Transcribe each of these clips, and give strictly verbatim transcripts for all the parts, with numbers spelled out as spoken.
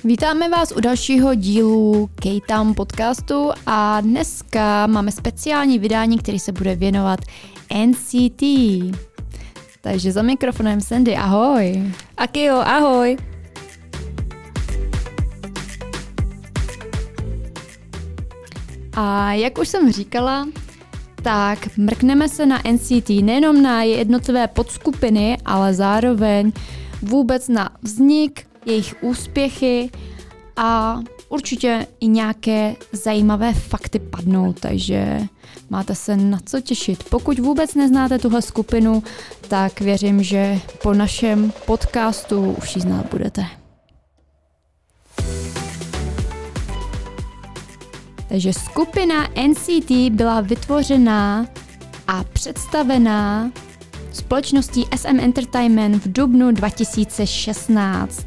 Vítáme vás u dalšího dílu K-Town podcastu a dneska máme speciální vydání, který se bude věnovat N C T. Takže za mikrofonem Sandy, ahoj. Akio, ahoj. A jak už jsem říkala, tak mrkneme se na N C T nejenom na jednotlivé podskupiny, ale zároveň vůbec na vznik, jejich úspěchy a určitě i nějaké zajímavé fakty padnou, takže máte se na co těšit. Pokud vůbec neznáte tuhle skupinu, tak věřím, že po našem podcastu už ji znát budete. Takže skupina N C T byla vytvořená a představená společností S M Entertainment v dubnu dva tisíce šestnáct.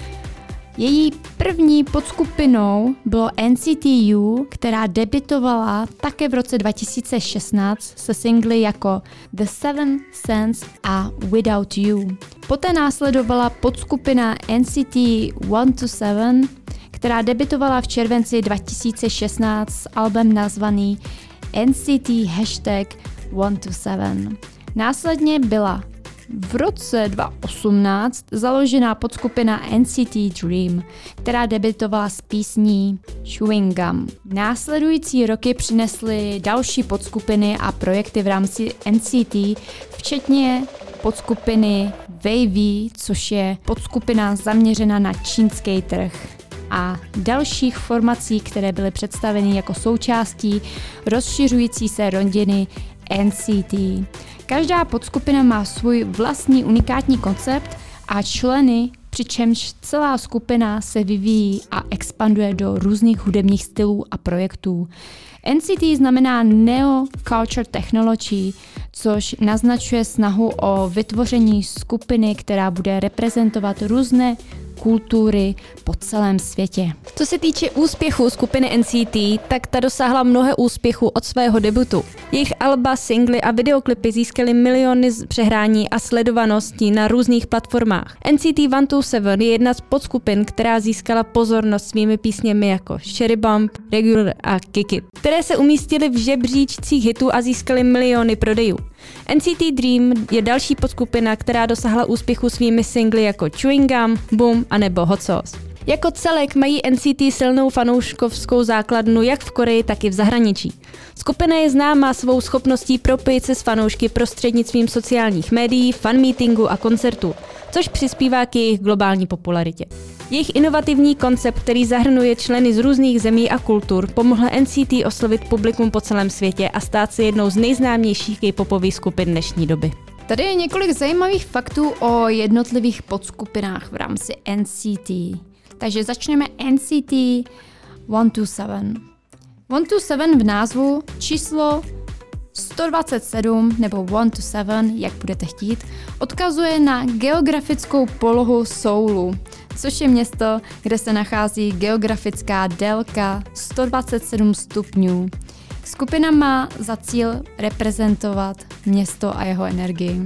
Její první podskupinou bylo N C T U, která debutovala také v roce dva tisíce šestnáct se singly jako The Seven Sense a Without You. Poté následovala podskupina N C T one to seven, která debutovala v červenci dva tisíce šestnáct s albem nazvaný N C T hashtag one to seven. Následně byla v roce dva tisíce osmnáct založená podskupina N C T Dream, která debutovala s písní Chewing Gum. Následující roky přinesly další podskupiny a projekty v rámci N C T, včetně podskupiny Wavy, což je podskupina zaměřená na čínský trh, a dalších formací, které byly představeny jako součástí rozšiřující se rodiny N C T. Každá podskupina má svůj vlastní unikátní koncept a členy, přičemž celá skupina se vyvíjí a expanduje do různých hudebních stylů a projektů. N C T znamená Neo Culture Technology, což naznačuje snahu o vytvoření skupiny, která bude reprezentovat různé kultury po celém světě. Co se týče úspěchu skupiny N C T, tak ta dosáhla mnohé úspěchů od svého debutu. Jejich alba, singly a videoklipy získaly miliony přehrání a sledovanosti na různých platformách. N C T one to seven je jedna z podskupin, která získala pozornost svými písněmi jako Cherry Bomb, Regular a Kick It, které se umístily v žebříčcích hitů a získaly miliony prodejů. N C T Dream je další podskupina, která dosáhla úspěchu svými singly jako Chewing Gum, Boom a nebo Hot Sauce. Jako celek mají N C T silnou fanouškovskou základnu jak v Koreji, tak i v zahraničí. Skupina je známá svou schopností propojit se s fanoušky prostřednictvím sociálních médií, fanmeetingů a koncertů, což přispívá k jejich globální popularitě. Jejich inovativní koncept, který zahrnuje členy z různých zemí a kultur, pomohl N C T oslovit publikum po celém světě a stát se jednou z nejznámějších K-popových skupin dnešní doby. Tady je několik zajímavých faktů o jednotlivých podskupinách v rámci N C T. Takže začneme N C T one to seven. one to seven v názvu, číslo sto dvacet sedm nebo one to seven, jak budete chtít, odkazuje na geografickou polohu Soulu, což je město, kde se nachází geografická délka sto dvacet sedm stupňů. Skupina má za cíl reprezentovat město a jeho energii.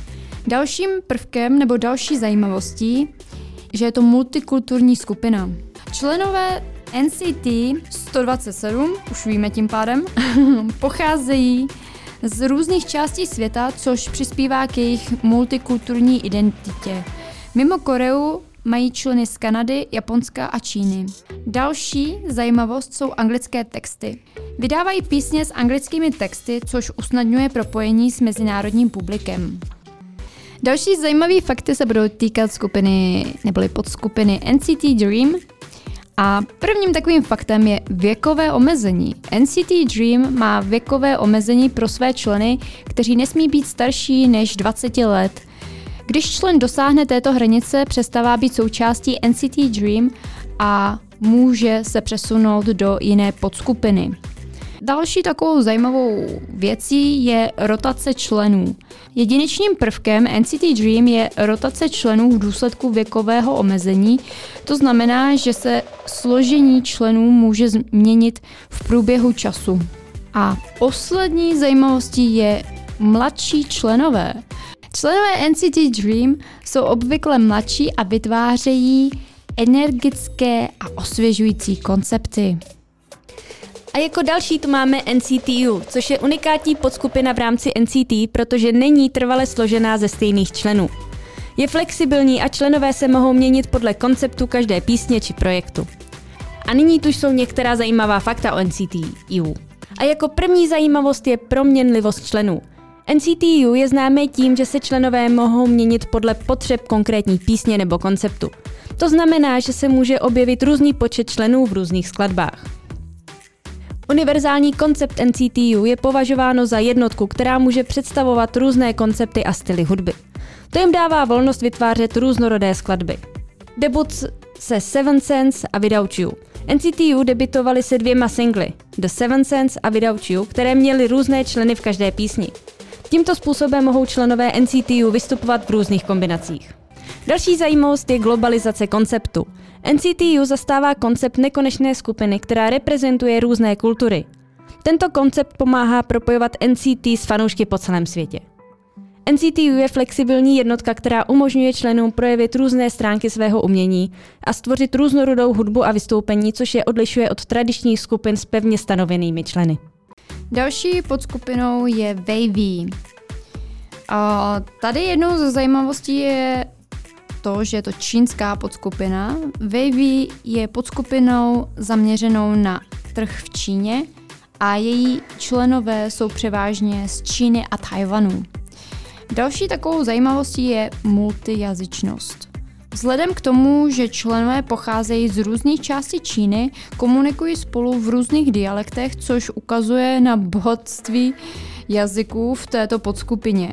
Dalším prvkem nebo další zajímavostí, že je to multikulturní skupina. Členové N C T sto dvacet sedm, už víme tím pádem, pocházejí z různých částí světa, což přispívá k jejich multikulturní identitě. Mimo Koreu mají členy z Kanady, Japonska a Číny. Další zajímavost jsou anglické texty. Vydávají písně s anglickými texty, což usnadňuje propojení s mezinárodním publikem. Další zajímavé fakty se budou týkat skupiny neboli podskupiny N C T Dream. A prvním takovým faktem je věkové omezení. N C T Dream má věkové omezení pro své členy, kteří nesmí být starší než dvacet let. Když člen dosáhne této hranice, přestává být součástí N C T Dream a může se přesunout do jiné podskupiny. Další takovou zajímavou věcí je rotace členů. Jedinečným prvkem N C T Dream je rotace členů v důsledku věkového omezení. To znamená, že se složení členů může změnit v průběhu času. A poslední zajímavostí je mladší členové. Členové N C T Dream jsou obvykle mladší a vytvářejí energické a osvěžující koncepty. A jako další tu máme N C T U, což je unikátní podskupina v rámci N C T, protože není trvale složená ze stejných členů. Je flexibilní a členové se mohou měnit podle konceptu každé písně či projektu. A nyní tu jsou některá zajímavá fakta o N C T U. A jako první zajímavost je proměnlivost členů. N C T U je známé tím, že se členové mohou měnit podle potřeb konkrétní písně nebo konceptu. To znamená, že se může objevit různý počet členů v různých skladbách. Univerzální koncept N C T U je považováno za jednotku, která může představovat různé koncepty a styly hudby. To jim dává volnost vytvářet různorodé skladby. Debut se Seven Sense a Without You. N C T U debutovali se dvěma singly, The Seven Sense a Without You, které měly různé členy v každé písni. Tímto způsobem mohou členové N C T U vystupovat v různých kombinacích. Další zajímavost je globalizace konceptu. N C T U zastává koncept nekonečné skupiny, která reprezentuje různé kultury. Tento koncept pomáhá propojovat N C T s fanoušky po celém světě. N C T U je flexibilní jednotka, která umožňuje členům projevit různé stránky svého umění a stvořit různorodou hudbu a vystoupení, což je odlišuje od tradičních skupin s pevně stanovenými členy. Další podskupinou je Wavy. A tady jednou ze zajímavostí je to, že je to čínská podskupina. Wavy je podskupinou zaměřenou na trh v Číně a její členové jsou převážně z Číny a Tchaj-wanu. Další takovou zajímavostí je multijazyčnost. Vzhledem k tomu, že členové pocházejí z různých částí Číny, komunikují spolu v různých dialektech, což ukazuje na bohatství jazyků v této podskupině.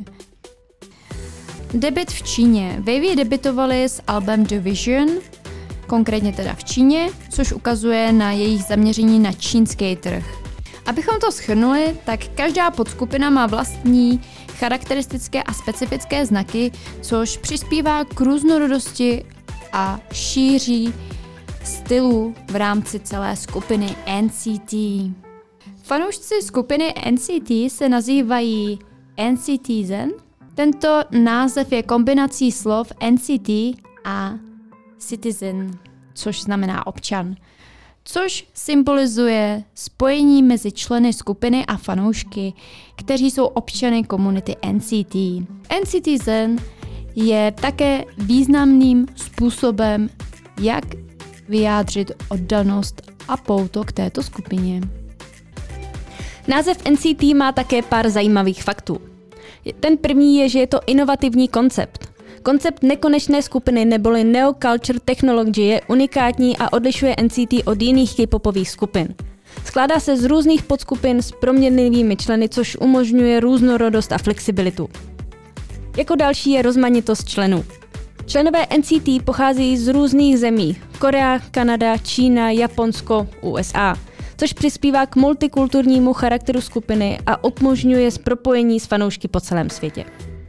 Debut v Číně. Wavy debutovali s albem The Vision, konkrétně teda v Číně, což ukazuje na jejich zaměření na čínský trh. Abychom to shrnuli, tak každá podskupina má vlastní charakteristické a specifické znaky, což přispívá k různorodosti a šíří stylu v rámci celé skupiny N C T. Fanoušci skupiny N C T se nazývají N C T Zen. Tento název je kombinací slov N C T a citizen, což znamená občan, což symbolizuje spojení mezi členy skupiny a fanoušky, kteří jsou občany komunity N C T. N C T Zen je také významným způsobem, jak vyjádřit oddanost a pouto k této skupině. Název N C T má také pár zajímavých faktů. Ten první je, že je to inovativní koncept. Koncept nekonečné skupiny neboli Neoculture Technology je unikátní a odlišuje N C T od jiných K-popových skupin. Skládá se z různých podskupin s proměnlivými členy, což umožňuje různorodost a flexibilitu. Jako další je rozmanitost členů. Členové N C T pocházejí z různých zemí: Korea, Kanada, Čína, Japonsko, U S A, což přispívá k multikulturnímu charakteru skupiny a umožňuje propojení s fanoušky po celém světě.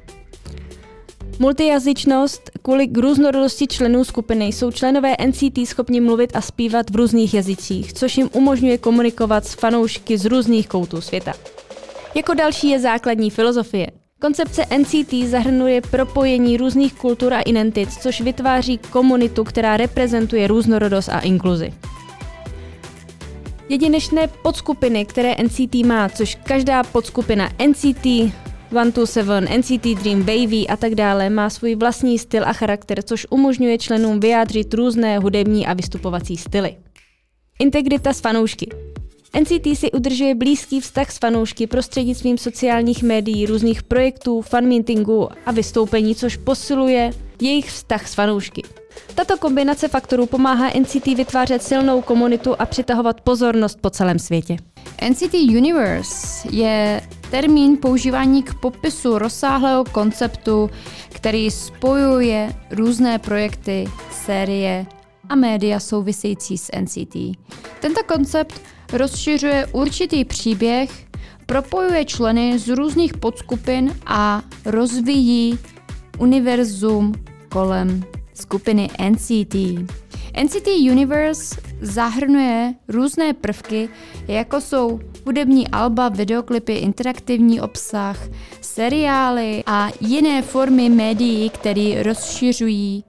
Multijazyčnost. Kvůli různorodosti členů skupiny jsou členové N C T schopni mluvit a zpívat v různých jazycích, což jim umožňuje komunikovat s fanoušky z různých koutů světa. Jako další je základní filozofie. Koncepce N C T zahrnuje propojení různých kultur a identit, což vytváří komunitu, která reprezentuje různorodost a inkluzi. Jedinečné podskupiny, které N C T má, což každá podskupina N C T, one two seven, N C T Dream, Wavy a tak dále má svůj vlastní styl a charakter, což umožňuje členům vyjádřit různé hudební a vystupovací styly. Integrita s fanoušky. N C T si udržuje blízký vztah s fanoušky prostřednictvím sociálních médií, různých projektů, fanmeetingů a vystoupení, což posiluje jejich vztah s fanoušky. Tato kombinace faktorů pomáhá N C T vytvářet silnou komunitu a přitahovat pozornost po celém světě. N C T Universe je termín používání k popisu rozsáhlého konceptu, který spojuje různé projekty, série a média související s N C T. Tento koncept rozšiřuje určitý příběh, propojuje členy z různých podskupin a rozvíjí univerzum kolem skupiny N C T. N C T Universe zahrnuje různé prvky, jako jsou hudební alba, videoklipy, interaktivní obsah, seriály a jiné formy médií, které rozšiřují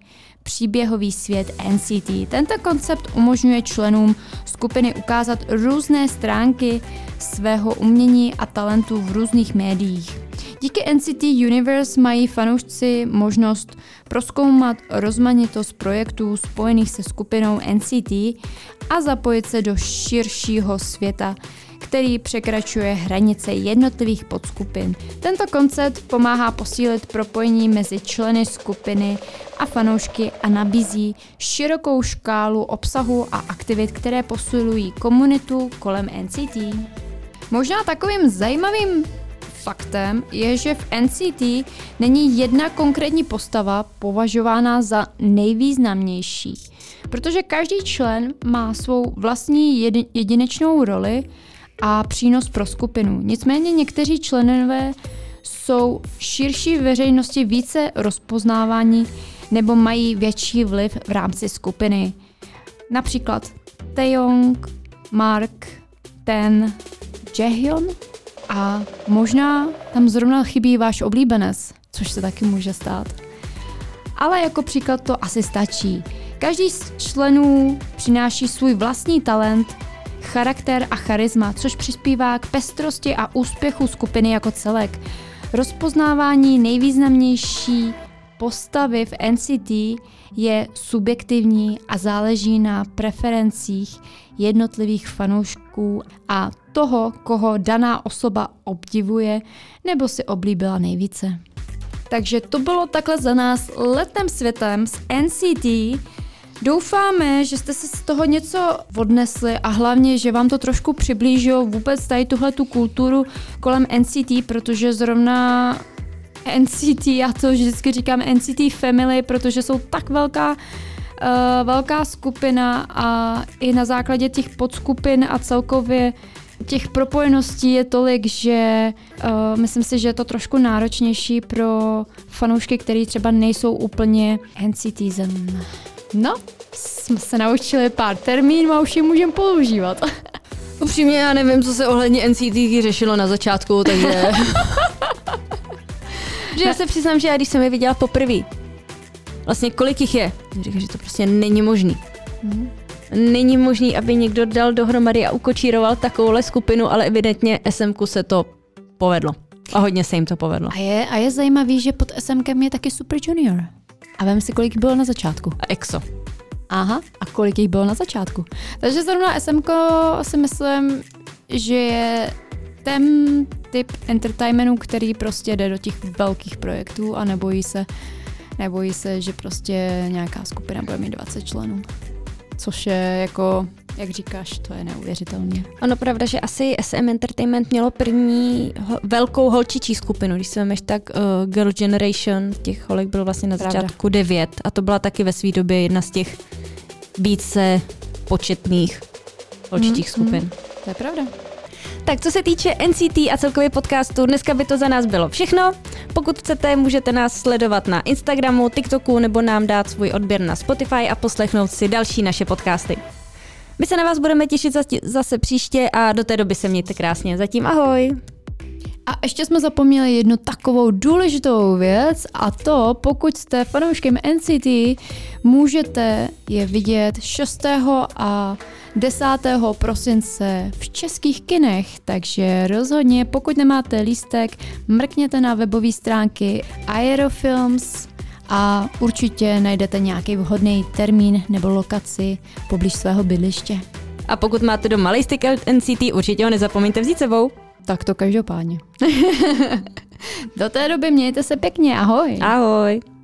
příběhový svět N C T. Tento koncept umožňuje členům skupiny ukázat různé stránky svého umění a talentů v různých médiích. Díky N C T Universe mají fanoušci možnost prozkoumat rozmanitost projektů spojených se skupinou N C T a zapojit se do širšího světa, který překračuje hranice jednotlivých podskupin. Tento koncept pomáhá posílit propojení mezi členy skupiny a fanoušky a nabízí širokou škálu obsahu a aktivit, které posilují komunitu kolem N C T. Možná takovým zajímavým faktem je, že v N C T není jedna konkrétní postava považována za nejvýznamnější, protože každý člen má svou vlastní jedinečnou roli a přínos pro skupinu. Nicméně někteří členové jsou širší veřejnosti více rozpoznávání nebo mají větší vliv v rámci skupiny. Například Taeyong, Mark, Ten, Jaehyun a možná tam zrovna chybí váš oblíbenec, což se taky může stát. Ale jako příklad to asi stačí. Každý z členů přináší svůj vlastní talent, charakter a charisma, což přispívá k pestrosti a úspěchu skupiny jako celek. Rozpoznávání nejvýznamnější postavy v N C T je subjektivní a záleží na preferencích jednotlivých fanoušků a toho, koho daná osoba obdivuje nebo si oblíbila nejvíce. Takže to bylo takhle za nás letem světem s N C T. Doufáme, že jste se z toho něco odnesli a hlavně, že vám to trošku přiblížilo vůbec tady tuhletu kulturu kolem N C T, protože zrovna N C T, já to vždycky říkám N C T Family, protože jsou tak velká, uh, velká skupina a i na základě těch podskupin a celkově těch propojeností je tolik, že uh, myslím si, že je to trošku náročnější pro fanoušky, kteří třeba nejsou úplně N C T zen. No, jsme se naučili pár termínů a už je můžeme používat. Upřímně já nevím, co se ohledně N C T řešilo na začátku, takže... že já se přiznám, že já když jsem je viděla poprvé, vlastně kolik jich je, říkám, že to prostě není možný. Mm. Není možný, aby někdo dal dohromady a ukočíroval takovouhle skupinu, ale evidentně S M ku se to povedlo. A hodně se jim to povedlo. A je, a je zajímavý, že pod S M kem je taky Super Junior. A vem si, kolik bylo na začátku. A EXO. Aha, a kolik jich bylo na začátku. Takže zrovna S M ko si myslím, že je ten typ entertainmentu, který prostě jde do těch velkých projektů a nebojí se, nebojí se, že prostě nějaká skupina bude mít dvacet členů. Což je jako, jak říkáš, to je neuvěřitelné. Ono pravda, že asi S M Entertainment mělo první ho, velkou holčičí skupinu. Když si vemeš, tak uh, Girl Generation, těch holek bylo vlastně na pravda. začátku devět a to byla taky ve své době jedna z těch více početných holčičích mm, skupin. Mm, to je pravda. Tak co se týče N C T a celkově podcastu, dneska by to za nás bylo všechno. Pokud chcete, můžete nás sledovat na Instagramu, TikToku nebo nám dát svůj odběr na Spotify a poslechnout si další naše podcasty. My se na vás budeme těšit zase příště a do té doby se mějte krásně. Zatím ahoj! A ještě jsme zapomněli jednu takovou důležitou věc a to, pokud jste fanouškem N C T, můžete je vidět šestého a desátého prosince v českých kinech, takže rozhodně, pokud nemáte lístek, mrkněte na webové stránky Aerofilms a určitě najdete nějaký vhodný termín nebo lokaci poblíž svého bydliště. A pokud máte doma lístek N C T, určitě ho nezapomeňte vzít sebou. Tak to každopádně. Do té doby mějte se pěkně, ahoj. Ahoj.